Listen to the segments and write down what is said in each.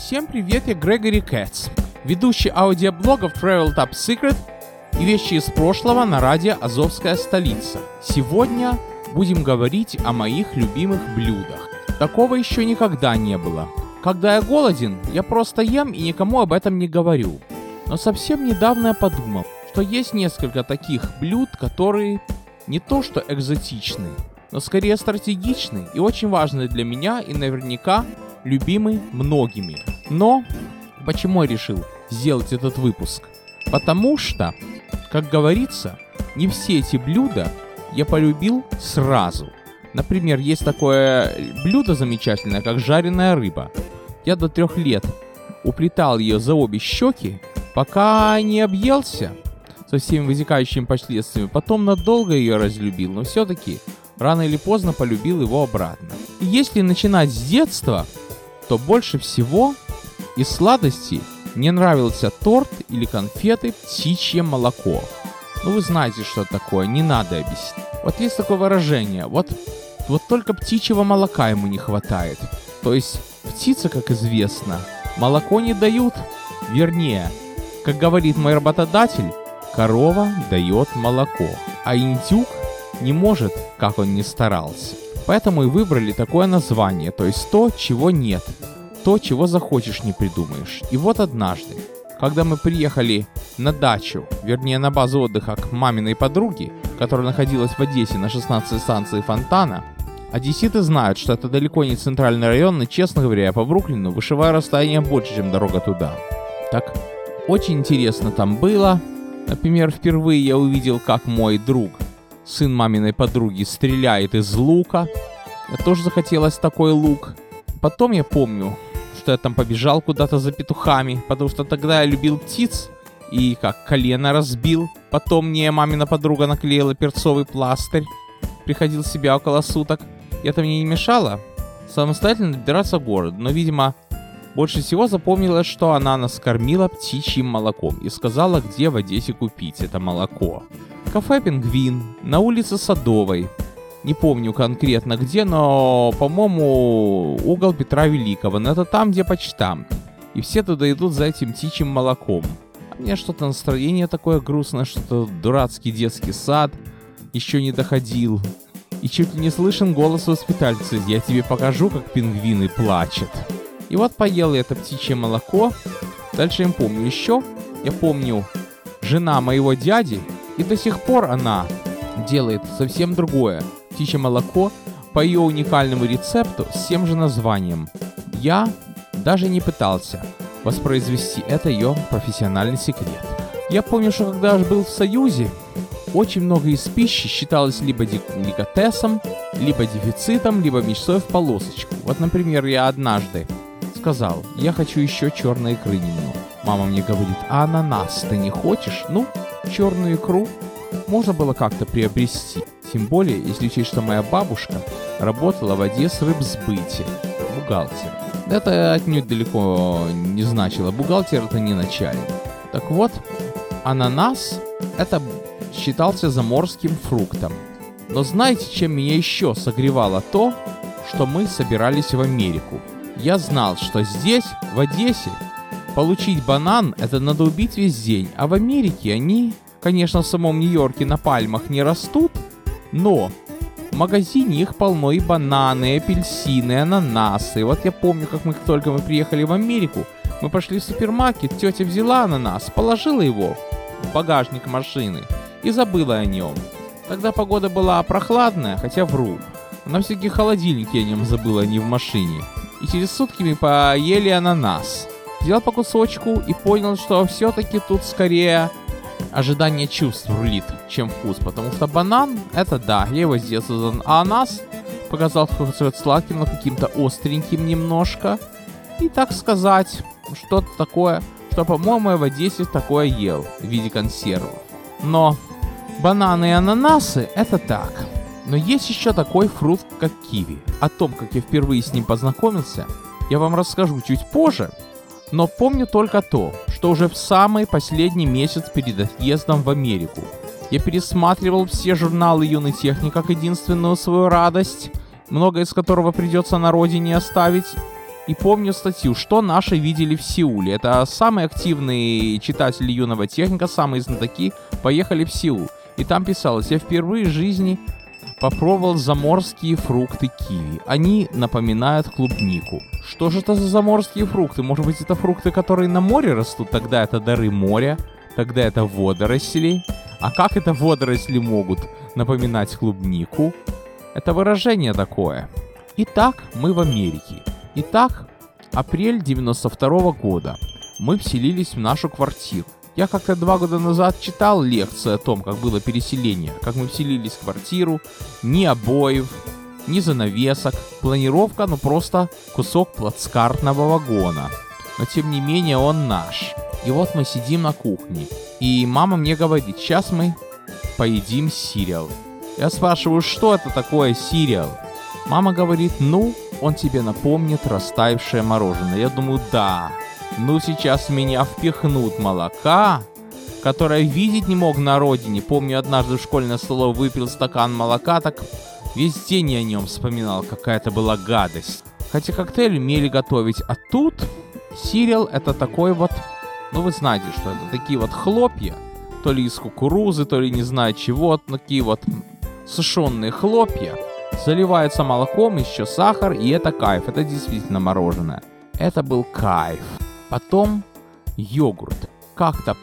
Всем привет, я Грегори Кэтс, ведущий аудиоблогов Travel Top Secret и вещи из прошлого на радио «Азовская столица». Сегодня будем говорить о моих любимых блюдах. Такого еще никогда не было. Когда я голоден, я просто ем и никому об этом не говорю. Но совсем недавно я подумал, что есть несколько таких блюд, которые не то что экзотичны, но скорее стратегичны и очень важны для меня и наверняка любимы многими. Но почему я решил сделать этот выпуск? Потому что, как говорится, не все эти блюда я полюбил сразу. Например, есть такое блюдо замечательное, как жареная рыба. Я до 3 лет уплетал ее за обе щеки, пока не объелся со всеми вытекающими последствиями. Потом надолго ее разлюбил, но все-таки рано или поздно полюбил его обратно. И если начинать с детства, то больше всего из сладостей мне нравился торт или конфеты «птичье молоко». Ну вы знаете, что это такое, не надо объяснять. Вот есть такое выражение, вот только птичьего молока ему не хватает. То есть птицы, как известно, молоко не дают. Вернее, как говорит мой работодатель, корова дает молоко, а индюк не может, как он ни старался. Поэтому и выбрали такое название, то есть то, чего нет, то, чего захочешь, не придумаешь. И вот однажды, когда мы приехали на дачу, вернее на базу отдыха к маминой подруге, которая находилась в Одессе на 16-й станции Фонтана, одесситы знают, что это далеко не центральный район, но, честно говоря, я по Бруклину вышиваю расстояние больше, чем дорога туда. Так, очень интересно там было. Например, впервые я увидел, как мой друг, сын маминой подруги, стреляет из лука. Я тоже захотелось такой лук. Потом я помню, что я там побежал куда-то за петухами, потому что тогда я любил птиц и как колено разбил. Потом мне мамина подруга наклеила перцовый пластырь. Приходил в себя около суток. И это мне не мешало самостоятельно добираться в город. Но, видимо, больше всего запомнилось, что она нас кормила птичьим молоком и сказала, где в Одессе купить это молоко. Кафе «Пингвин» на улице Садовой. Не помню конкретно где, но, по-моему, угол Петра Великого. Но это там, где почтамт. И все туда идут за этим птичьим молоком. А мне что-то настроение такое грустное, что-то дурацкий детский сад еще не доходил. И чуть ли не слышен голос воспитательницы: «Я тебе покажу, как пингвины плачут». И вот поел я это птичье молоко. Дальше я помню еще. Я помню, жена моего дяди, и до сих пор она делает совсем другое птичье молоко по ее уникальному рецепту с тем же названием. Я даже не пытался воспроизвести, это ее профессиональный секрет. Я помню, что когда я был в Союзе, очень много из пищи считалось либо деликатесом, либо дефицитом, либо мечтой в полосочку. Вот, например, я однажды сказал: я хочу еще черной икры немного. Мама мне говорит: а ананас ты не хочешь? Ну, черную икру можно было как-то приобрести. Тем более, если учесть, что моя бабушка работала в Одессрыбсбыте, бухгалтер. Это отнюдь далеко не значило. Бухгалтер — это не начальник. Так вот, ананас — это считался заморским фруктом. Но знаете, чем меня еще согревало то, что мы собирались в Америку? Я знал, что здесь, в Одессе, получить банан — это надо убить весь день. А в Америке они, конечно, в самом Нью-Йорке на пальмах не растут, но в магазине их полно: и бананы, и апельсины, и ананасы. И вот я помню, как только мы приехали в Америку, мы пошли в супермаркет, тетя взяла ананас, положила его в багажник машины и забыла о нем. Тогда погода была прохладная, хотя вру. На всякий холодильник я о нем забыла, а не в машине. И через сутки мы поели ананас. Взял по кусочку и понял, что все-таки тут скорее ожидание чувств рулит, чем вкус. Потому что банан — это да, я его с детства знал. А ананас показал сладким, но каким-то остреньким немножко. И, так сказать, что-то такое, что, по-моему, я в Одессе такое ел в виде консервов. Но бананы и ананасы — это так. Но есть еще такой фрукт, как киви. О том, как я впервые с ним познакомился, я вам расскажу чуть позже. Но помню только то, что уже в самый последний месяц перед отъездом в Америку я пересматривал все журналы «Юный техник» как единственную свою радость, многое из которого придется на родине оставить, и помню статью, что наши видели в Сеуле. Это самые активные читатели юного техника, самые знатоки, поехали в Сеул. И там писалось: я впервые в жизни попробовал заморские фрукты киви. Они напоминают клубнику. Что же это за заморские фрукты? Может быть, это фрукты, которые на море растут? Тогда это дары моря, тогда это водоросли. А как это водоросли могут напоминать клубнику? Это выражение такое. Итак, мы в Америке. Итак, апрель 92 года. Мы вселились в нашу квартиру. Я как-то 2 года назад читал лекцию о том, как было переселение, как мы вселились в квартиру, ни обоев, ни занавесок, планировка, просто кусок плацкартного вагона. Но тем не менее он наш. И вот мы сидим на кухне, и мама мне говорит: сейчас мы поедим сириал. Я спрашиваю, что это такое сириал? Мама говорит: он тебе напомнит растаявшее мороженое. Я думаю, да. Сейчас меня впихнут молока, которое видеть не мог на родине. Помню, однажды в школьной столовой выпил стакан молока, так весь день я о нем вспоминал. Какая-то была гадость. Хотя коктейль умели готовить. А тут сириал — это такой вот... вы знаете, что это такие вот хлопья. То ли из кукурузы, то ли не знаю чего. Такие вот сушеные хлопья. Заливается молоком, еще сахар, и это кайф. Это действительно мороженое. Это был кайф. Потом йогурт. Как-то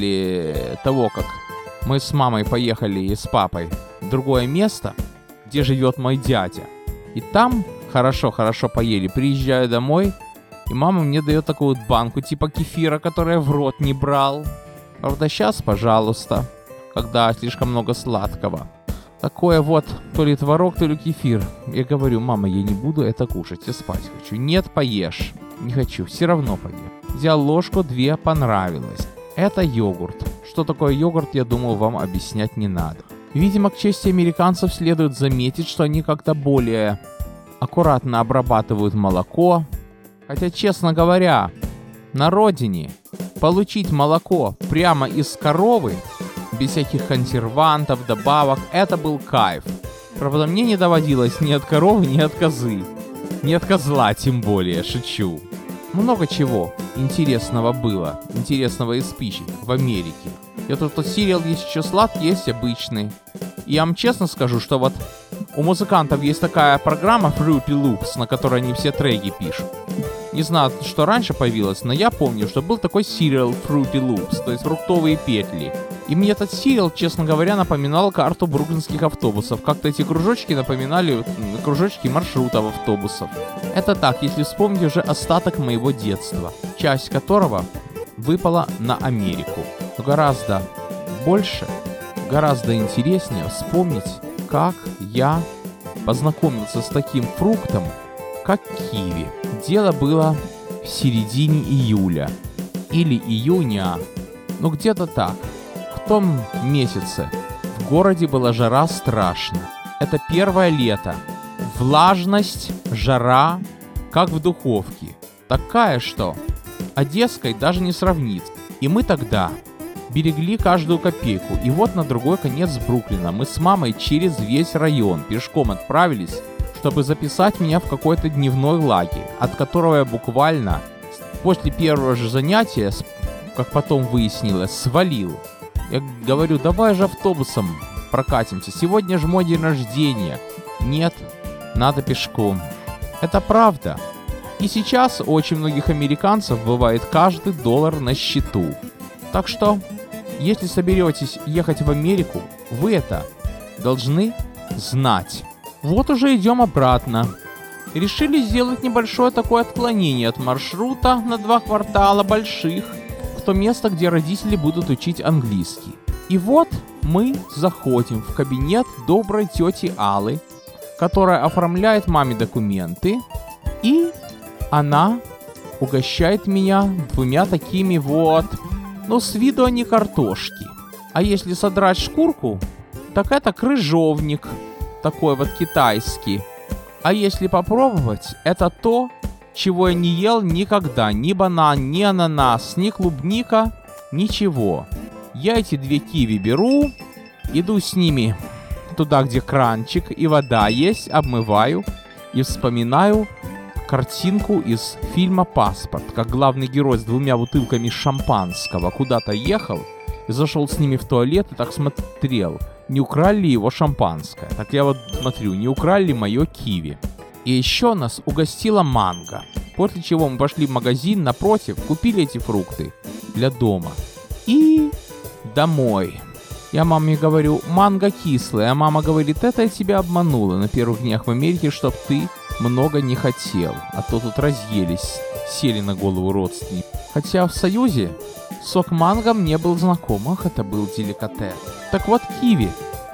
после того, как мы с мамой поехали и с папой в другое место, где живет мой дядя, и там хорошо поели, приезжаю домой, и мама мне дает такую вот банку типа кефира, которую я в рот не брал. Правда, сейчас, пожалуйста, когда слишком много сладкого. Такое вот, то ли творог, то ли кефир. Я говорю: мама, я не буду это кушать, я спать хочу. Нет, поешь. Не хочу, все равно поем. Взял ложку, 2, понравилось. Это йогурт. Что такое йогурт, я думаю, вам объяснять не надо. Видимо, к чести американцев следует заметить, что они как-то более аккуратно обрабатывают молоко. Хотя, честно говоря, на родине получить молоко прямо из коровы, без всяких консервантов, добавок, это был кайф. Правда, мне не доводилось ни от коровы, ни от козы. Ни от козла, тем более, шучу. Много чего интересного было, интересного из пищи в Америке. Я тут сириал есть еще сладкий, есть обычный. И я вам честно скажу, что вот у музыкантов есть такая программа Fruity Loops, на которой они все треки пишут. Не знаю, что раньше появилось, но я помню, что был такой сириал Fruity Loops, то есть фруктовые петли. И мне этот сириал, честно говоря, напоминал карту бруклинских автобусов. Как-то эти кружочки напоминали кружочки маршрутов автобусов. Это так, если вспомнить уже остаток моего детства, часть которого выпала на Америку. Но гораздо больше, гораздо интереснее вспомнить, как я познакомился с таким фруктом, как киви. Дело было в середине июля или июня, где-то так. В том месяце в городе была жара страшная. Это первое лето. Влажность, жара, как в духовке. Такая, что Одесской даже не сравнится. И мы тогда берегли каждую копейку. И вот на другой конец Бруклина мы с мамой через весь район пешком отправились, чтобы записать меня в какой-то дневной лагерь, от которого я буквально после первого же занятия, как потом выяснилось, свалил. Я говорю: давай же автобусом прокатимся, сегодня же мой день рождения. Нет, надо пешком. Это правда. И сейчас у очень многих американцев бывает каждый доллар на счету. Так что, если соберетесь ехать в Америку, вы это должны знать. Вот уже идем обратно. Решили сделать небольшое такое отклонение от маршрута на 2 квартала больших в то место, где родители будут учить английский. И вот мы заходим в кабинет доброй тети Аллы, которая оформляет маме документы, и она угощает меня 2 такими вот, с виду они картошки. А если содрать шкурку, так это крыжовник, такой вот китайский. А если попробовать, это то, чего я не ел никогда. Ни банан, ни ананас, ни клубника, ничего. Я эти 2 киви беру, иду с ними туда, где кранчик и вода есть, обмываю и вспоминаю, картинку из фильма «Паспорт», как главный герой с 2 бутылками шампанского куда-то ехал и зашел с ними в туалет и так смотрел, не украли ли его шампанское. Так я вот смотрю, не украли ли мое киви. И еще нас угостила манго. После чего мы пошли в магазин напротив, купили эти фрукты для дома. И домой. Я маме говорю, манго кислое, а мама говорит, это я тебя обманула на первых днях в Америке, чтоб ты много не хотел, а то тут разъелись, сели на голову родственники. Хотя в Союзе сок манго мне был знаком, ах, это был деликатес. Так вот, киви.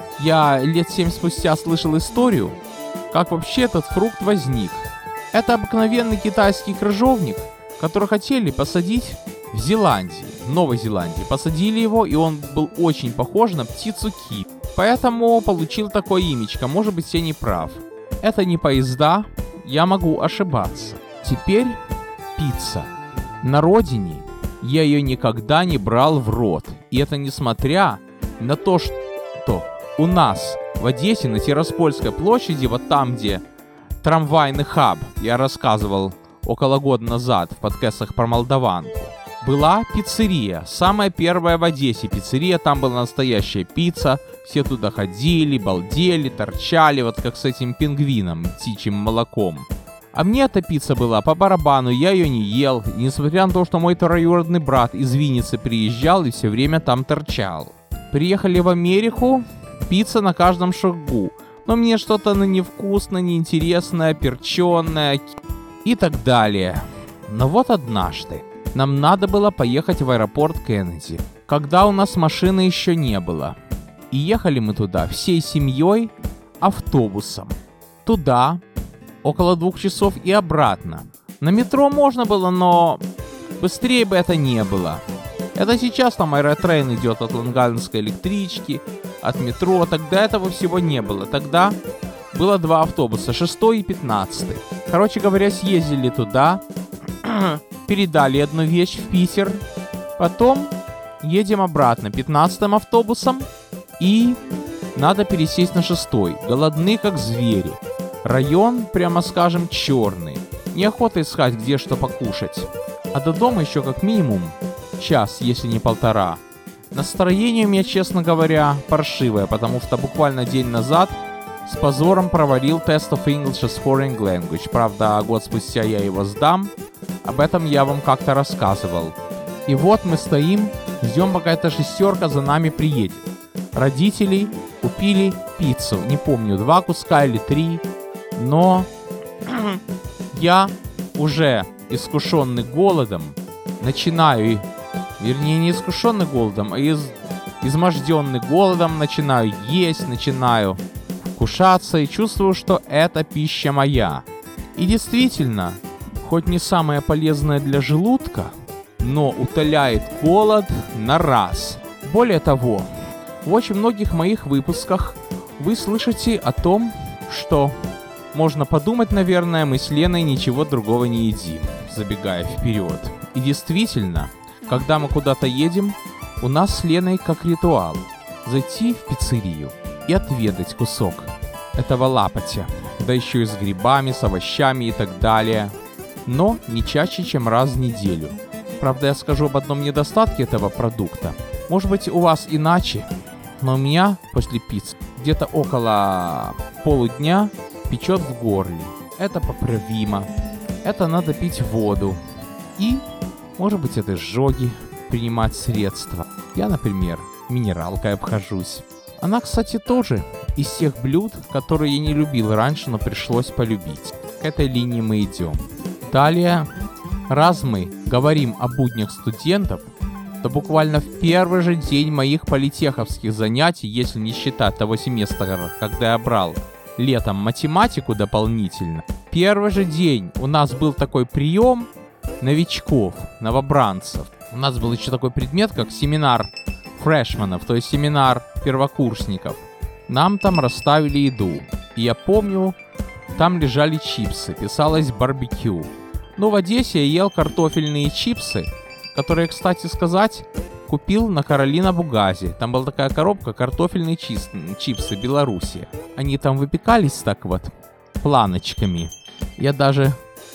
Я лет 7 спустя слышал историю, как вообще этот фрукт возник. Это обыкновенный китайский крыжовник, который хотели посадить в Зеландии, в Новой Зеландии. Посадили его, и он был очень похож на птицу киви. Поэтому получил такое имечко, может быть, я не прав. Это не поезда, я могу ошибаться. Теперь пицца. На родине я ее никогда не брал в рот. И это несмотря на то, что у нас в Одессе на Тираспольской площади, вот там, где трамвайный хаб, я рассказывал около года назад в подкастах про Молдаванку, была пиццерия, самая первая в Одессе пиццерия, там была настоящая пицца, все туда ходили, балдели, торчали, вот как с этим пингвином, птичьим молоком. А мне эта пицца была по барабану, я ее не ел, и несмотря на то, что мой троюродный брат из Винницы приезжал и все время там торчал. Приехали в Америку, пицца на каждом шагу, но мне что-то невкусное, неинтересное, перченое и так далее. Но вот однажды нам надо было поехать в аэропорт Кеннеди, когда у нас машины еще не было. И ехали мы туда всей семьей автобусом. Туда около 2 часов и обратно. На метро можно было, но быстрее бы это не было. Это сейчас там аэротрейн идет от Лонг-Айлендской электрички, от метро. Тогда этого всего не было. Тогда было 2 автобуса, 6 и 15. Короче говоря, съездили туда, передали одну вещь в Питер, потом едем обратно 15-м автобусом и надо пересесть на 6-й. Голодны как звери. Район, прямо скажем, черный. Неохота искать, где что покушать. А до дома еще как минимум час, если не 1,5. Настроение у меня, честно говоря, паршивое, потому что буквально день назад с позором провалил Test of English as Foreign Language. Правда, год спустя я его сдам. Об этом я вам как-то рассказывал. И вот мы стоим, ждем, пока эта 6-ерка за нами приедет. Родители купили пиццу. Не помню, 2 куска или 3. Но я уже искушенный голодом начинаю, вернее не искушенный голодом, а изможденный голодом начинаю есть, начинаю вкушаться и чувствую, что это пища моя. И действительно, хоть не самая полезная для желудка, но утоляет голод на раз. Более того, в очень многих моих выпусках вы слышите о том, что можно подумать, наверное, мы с Леной ничего другого не едим, забегая вперед. И действительно, когда мы куда-то едем, у нас с Леной как ритуал зайти в пиццерию и отведать кусок этого лапотя, да еще и с грибами, с овощами и так далее, но не чаще, чем раз в неделю. Правда, я скажу об одном недостатке этого продукта. Может быть, у вас иначе, но у меня после пиццы где-то около полудня печет в горле. Это поправимо. Это надо пить воду. И, может быть, это изжоги, принимать средства. Я, например, минералкой обхожусь. Она, кстати, тоже из тех блюд, которые я не любил раньше, но пришлось полюбить. К этой линии мы идем. Далее, раз мы говорим о буднях студентов, то буквально в первый же день моих политеховских занятий, если не считать того семестра, когда я брал летом математику дополнительно, первый же день у нас был такой прием новичков, новобранцев. У нас был еще такой предмет, как семинар фрешманов, то есть семинар первокурсников. Нам там расставили еду. И я помню, там лежали чипсы, писалось барбекю. Но в Одессе я ел картофельные чипсы, которые, кстати сказать, купил на Каролина Бугазе. Там была такая коробка, картофельные чипсы Белоруссия. Они там выпекались так вот, планочками. Я даже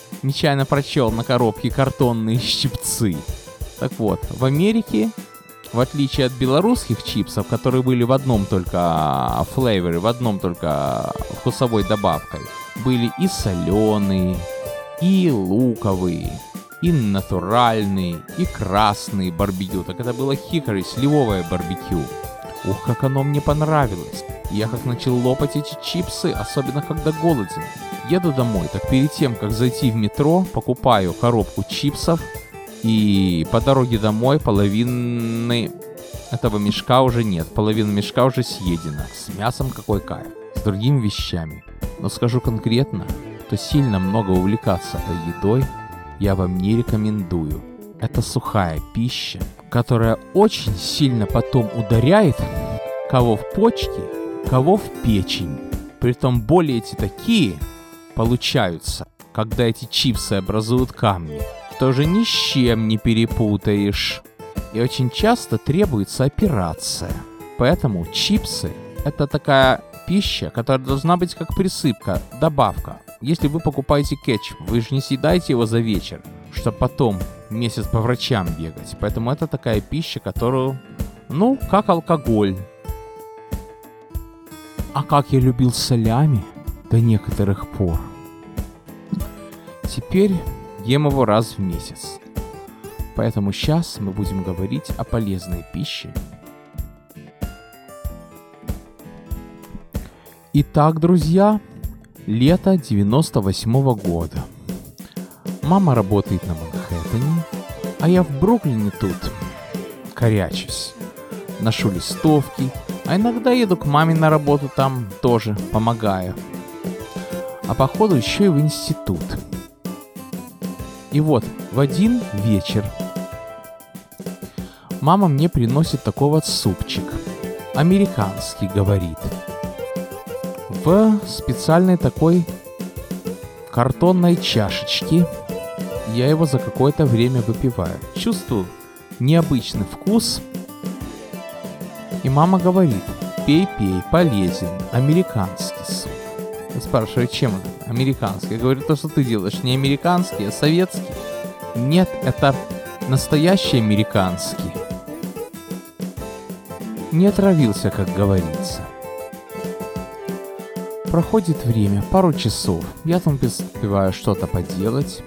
нечаянно прочел на коробке картонные щипцы. Так вот, в Америке, в отличие от белорусских чипсов, которые были в одном только флейворе, в одном только вкусовой добавкой, были и соленые, и луковые, и натуральные, и красные барбекю. Так это было хикори, сливовое барбекю. Ух, как оно мне понравилось. Я как начал лопать эти чипсы, особенно когда голоден. Еду домой, так перед тем, как зайти в метро, покупаю коробку чипсов. И по дороге домой половины этого мешка уже нет. Половина мешка уже съедена. С мясом какой кайф. С другими вещами. Но скажу конкретно, что сильно много увлекаться едой я вам не рекомендую. Это сухая пища, которая очень сильно потом ударяет кого в почки, кого в печень. Притом боли эти такие получаются, когда эти чипсы образуют камни, что уже ни с чем не перепутаешь. И очень часто требуется операция. Поэтому чипсы — это такая пища, которая должна быть как присыпка, добавка. Если вы покупаете кетчуп, вы же не съедаете его за вечер, чтобы потом месяц по врачам бегать. Поэтому это такая пища, которую, как алкоголь. А как я любил солями до некоторых пор. Теперь ем его раз в месяц. Поэтому сейчас мы будем говорить о полезной пище. Итак, друзья, лето 98-го года. Мама работает на Манхэттене, а я в Бруклине тут корячусь. Ношу листовки, а иногда еду к маме на работу, там тоже помогаю. А походу еще и в институт. И вот в один вечер мама мне приносит такой вот супчик. Американский, говорит. В специальной такой картонной чашечке. Я его за какое-то время выпиваю. Чувствую необычный вкус. И мама говорит: пей, полезен, американский суп. Я спрашиваю, чем это американский? Я говорю, то, что ты делаешь, не американский, а советский. Нет, это настоящий американский. Не отравился, как говорится. Проходит время, пару часов. Я там успеваю что-то поделать.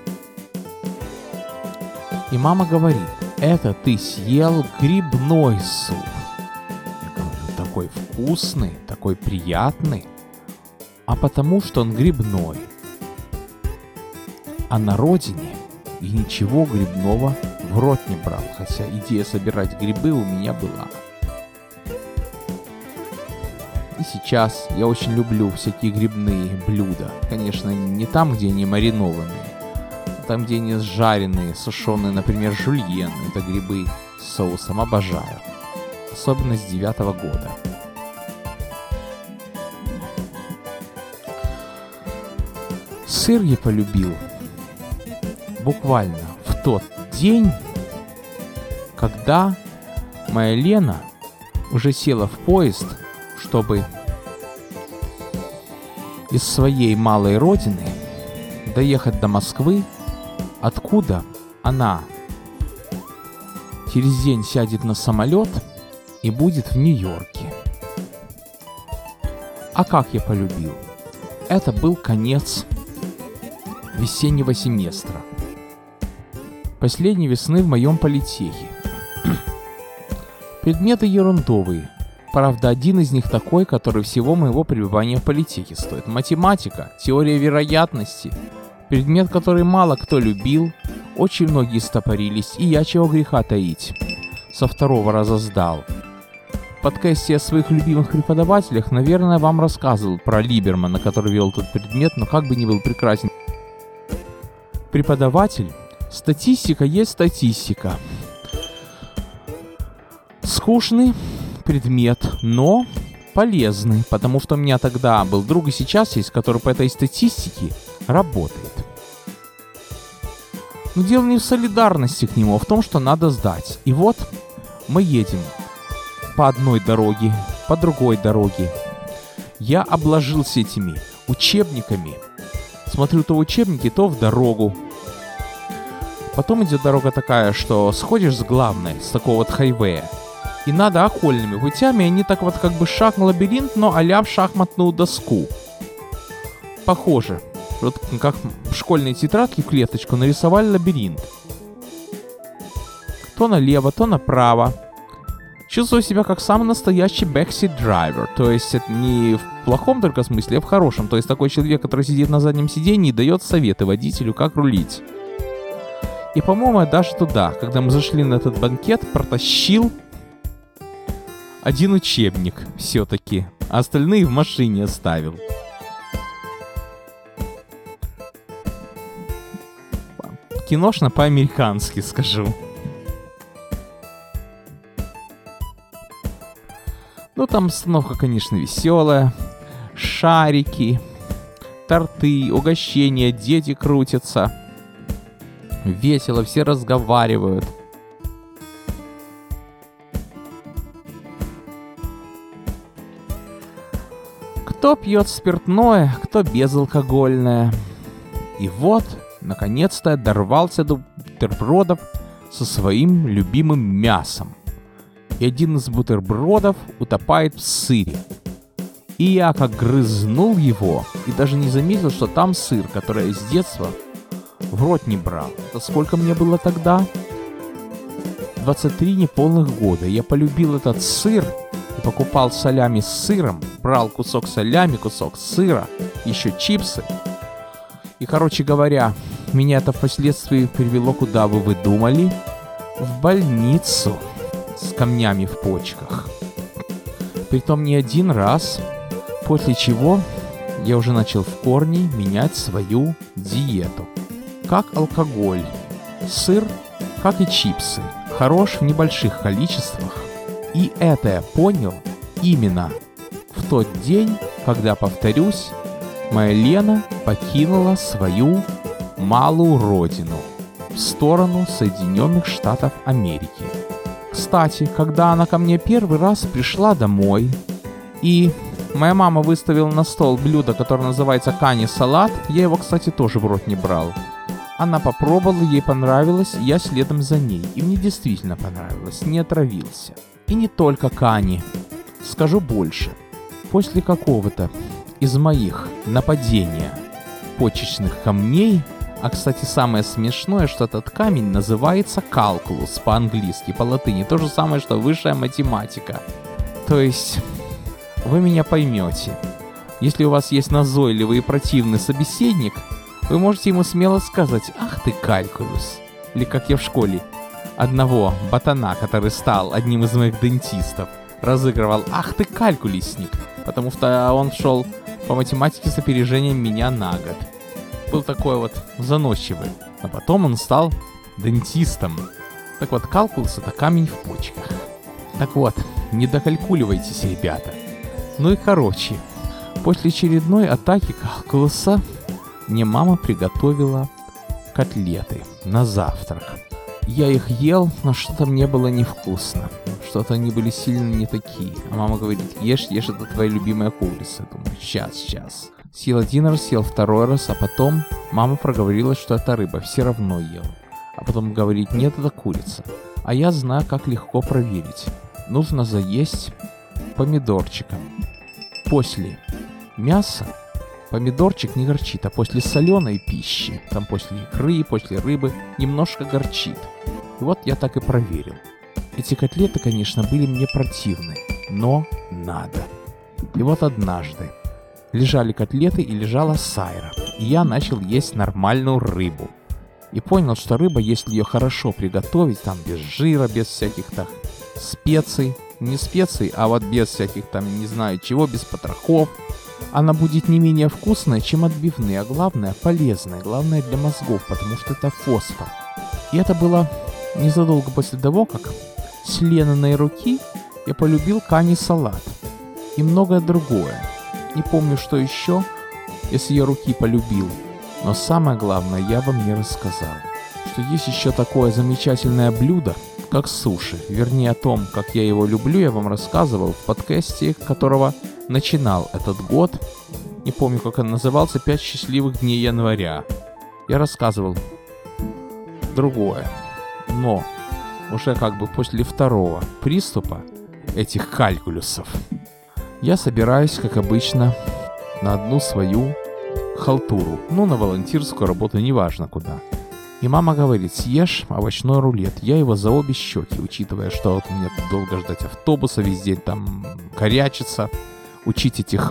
И мама говорит: это ты съел грибной суп. Я говорю, такой вкусный, такой приятный. А потому что он грибной. А на родине я ничего грибного в рот не брал. Хотя идея собирать грибы у меня была. И сейчас я очень люблю всякие грибные блюда. Конечно, не там, где они маринованные, а там, где они жареные, сушеные, например, жульен. Это грибы с соусом, обожаю. Особенно с 9-го года. Сыр я полюбил буквально в тот день, когда моя Лена уже села в поезд, чтобы из своей малой родины доехать до Москвы, откуда она через день сядет на самолет и будет в Нью-Йорке. А как я полюбил? Это был конец весеннего семестра. Последней весны в моем политехе. Предметы ерундовые. Правда, один из них такой, который всего моего пребывания в политехе стоит. Математика, теория вероятности. Предмет, который мало кто любил. Очень многие стопорились, и я, чего греха таить, со второго раза сдал. В подкасте о своих любимых преподавателях, наверное, вам рассказывал про Либермана, который вел этот предмет, но как бы ни был прекрасен преподаватель, статистика есть статистика. Скучный предмет, но полезный, потому что у меня тогда был друг и сейчас есть, который по этой статистике работает. Но дело не в солидарности к нему, а в том, что надо сдать. И вот мы едем по одной дороге, по другой дороге. Я обложился этими учебниками Смотрю то в учебнике, то в дорогу. Потом идет дорога такая, что сходишь с главной, с такого вот хайвея. И надо окольными путями, они так вот как бы шаг на лабиринт, но а-ля в шахматную доску. Похоже. Вот как в школьной тетрадке в клеточку нарисовали лабиринт. То налево, то направо. Чувствую себя как самый настоящий backseat driver. То есть это не в плохом только смысле, а в хорошем. То есть такой человек, который сидит на заднем сиденье и дает советы водителю, как рулить. И, по-моему, я даже туда, когда мы зашли на этот банкет, протащил один учебник все-таки. А остальные в машине оставил. Киношно по-американски скажу. Ну, там обстановка, конечно, веселая. Шарики, торты, угощения, дети крутятся. Весело, все разговаривают. Кто пьет спиртное, кто безалкогольное. И вот, наконец-то я дорвался до бутербродов со своим любимым мясом. И один из бутербродов утопает в сыре. И я как грызнул его, и даже не заметил, что там сыр, который я с детства в рот не брал. Это сколько мне было тогда? 23 неполных года. Я полюбил этот сыр и покупал солями с сыром, брал кусок солями, кусок сыра, еще чипсы. И, короче говоря, меня это впоследствии привело, куда бы вы думали? В больницу с камнями в почках. Притом не один раз, после чего я уже начал в корне менять свою диету. Как алкоголь, сыр, как и чипсы, хорош в небольших количествах. И это я понял именно в тот день, когда, повторюсь, моя Лена покинула свою малую родину в сторону Соединенных Штатов Америки. Кстати, когда она ко мне первый раз пришла домой, и моя мама выставила на стол блюдо, которое называется кани-салат, я его, кстати, тоже в рот не брал. Она попробовала, ей понравилось, я следом за ней. И мне действительно понравилось, не отравился. И не только кани. Скажу больше. После какого-то из моих нападения почечных камней, а, кстати, самое смешное, что этот камень называется calculus по-английски, по латыни. То же самое, что высшая математика. То есть, вы меня поймете. Если у вас есть назойливый и противный собеседник, вы можете ему смело сказать: «Ах ты, калькулус!» Или как я в школе одного ботана, который стал одним из моих дентистов, разыгрывал: «Ах ты, калькулисник!» Потому что он шел по математике с опережением меня на год. Был такой вот заносчивый. А потом он стал дентистом. Так вот, калкулус — это камень в почках. Так вот, не докалькуливайтесь, ребята. Ну и короче, после очередной атаки калкулуса мне мама приготовила котлеты на завтрак. Я их ел, но что-то мне было невкусно. Что-то они были сильно не такие. А мама говорит: ешь, ешь, это твоя любимая курица. Думаю, сейчас. Съел один раз, съел второй раз, а потом мама проговорила, что это рыба. Все равно ел. А потом говорит: нет, это курица. А я знаю, как легко проверить. Нужно заесть помидорчиком. После мяса помидорчик не горчит, а после соленой пищи, там после икры, после рыбы, немножко горчит. И вот я так и проверил. Эти котлеты, конечно, были мне противны, но надо. И вот однажды лежали котлеты и лежала сайра, и я начал есть нормальную рыбу. И понял, что рыба, если ее хорошо приготовить, там без жира, без всяких так специй, не специй, а вот без всяких там не знаю чего, без потрохов, она будет не менее вкусная, чем отбивные, а главное полезная, главное для мозгов, потому что это фосфор. И это было незадолго после того, как с Лениной руки я полюбил кани-салат и многое другое. Не помню, что еще я с ее руки полюбил, но самое главное я вам не рассказал, что есть еще такое замечательное блюдо, как суши. Вернее, о том, как я его люблю, я вам рассказывал в подкасте, которого начинал этот год не помню, как он назывался, «5 счастливых дней января». Я рассказывал другое. Но уже как бы после второго приступа этих калькулюсов я собираюсь, как обычно, на одну свою халтуру. Ну, на волонтерскую работу, неважно куда. И мама говорит: съешь овощной рулет. Я его за обе щеки, учитывая, что вот мне тут долго ждать автобуса, везде там корячиться, учить этих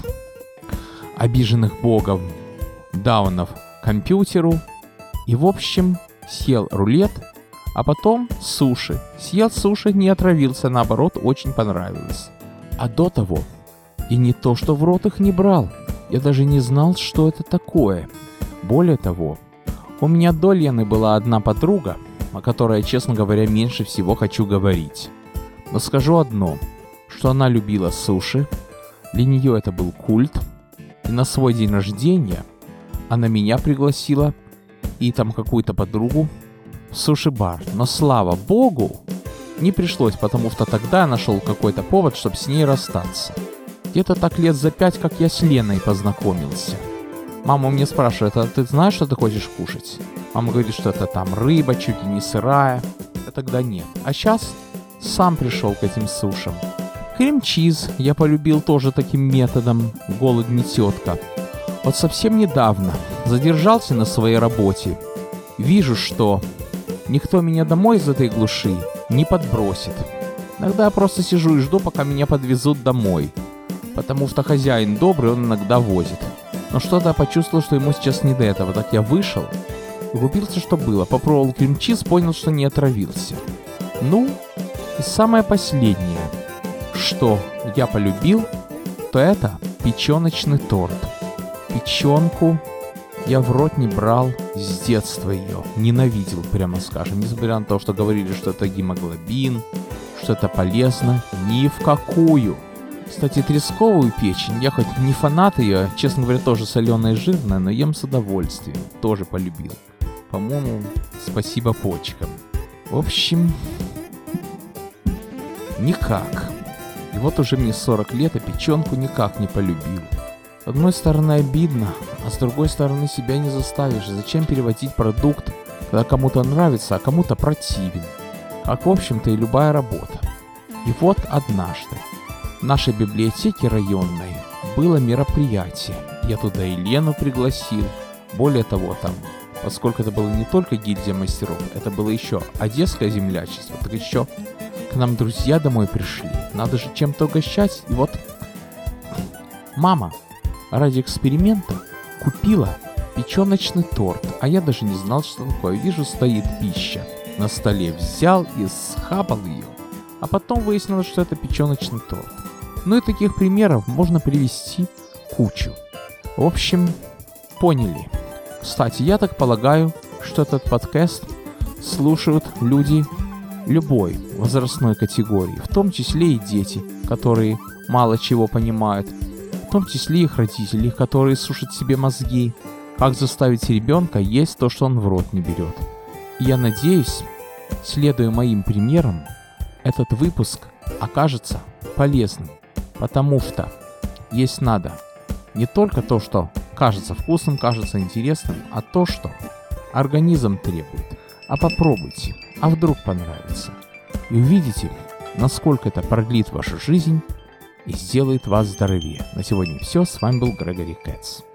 обиженных богов даунов компьютеру. И в общем, съел рулет, а потом суши. Съел суши, не отравился, наоборот, очень понравилось. А до того, и не то, что в рот их не брал, я даже не знал, что это такое. Более того, у меня до Лены была одна подруга, о которой я, честно говоря, меньше всего хочу говорить. Но скажу одно, что она любила суши, для нее это был культ, и на свой день рождения она меня пригласила и там какую-то подругу в суши-бар. Но слава богу, не пришлось, потому что тогда я нашел какой-то повод, чтобы с ней расстаться. Где-то так лет за 5, как я с Леной познакомился. Мама мне спрашивает: а ты знаешь, что ты хочешь кушать? Мама говорит, что это там рыба, чуть ли не сырая. А тогда нет. А сейчас сам пришел к этим сушам. Крем-чиз я полюбил тоже таким методом, голод не тетка. Вот совсем недавно задержался на своей работе. Вижу, что никто меня домой из этой глуши не подбросит. Иногда я просто сижу и жду, пока меня подвезут домой. Потому что хозяин добрый, он иногда возит. Но что-то я почувствовал, что ему сейчас не до этого. Так я вышел и купил все, что было. Попробовал крем-чиз, понял, что не отравился. Ну, и самое последнее, что я полюбил, то это печеночный торт. Печенку я в рот не брал с детства ее. Ненавидел, прямо скажем. Несмотря на то, что говорили, что это гемоглобин, что это полезно. Ни в какую. Кстати, тресковую печень, я хоть не фанат ее, честно говоря, тоже соленая и жирная, но ем с удовольствием. Тоже полюбил. По-моему, спасибо почкам. В общем, никак. И вот уже мне 40 лет, а печенку никак не полюбил. С одной стороны обидно, а с другой стороны себя не заставишь. Зачем переводить продукт, когда кому-то нравится, а кому-то противен? Как, в общем-то, и любая работа. И вот однажды в нашей библиотеке районной было мероприятие. Я туда и Лену пригласил. Более того, там, поскольку это было не только гильдия мастеров, это было еще одесское землячество, так еще к нам друзья домой пришли. Надо же чем-то угощать. И вот мама ради эксперимента купила печеночный торт, а я даже не знал, что такое. Вижу, стоит пища на столе, взял и схапал ее, а потом выяснилось, что это печеночный торт. Ну и таких примеров можно привести кучу. В общем, поняли. Кстати, я так полагаю, что этот подкаст слушают люди любой возрастной категории, в том числе и дети, которые мало чего понимают, в том числе и их родители, которые сушат себе мозги, как заставить ребенка есть то, что он в рот не берет. И я надеюсь, следуя моим примерам, этот выпуск окажется полезным, потому что есть надо не только то, что кажется вкусным, кажется интересным, а то, что организм требует. А попробуйте, а вдруг понравится. И увидите, насколько это продлит вашу жизнь и сделает вас здоровее. На сегодня все. С вами был Грегори Кэтс.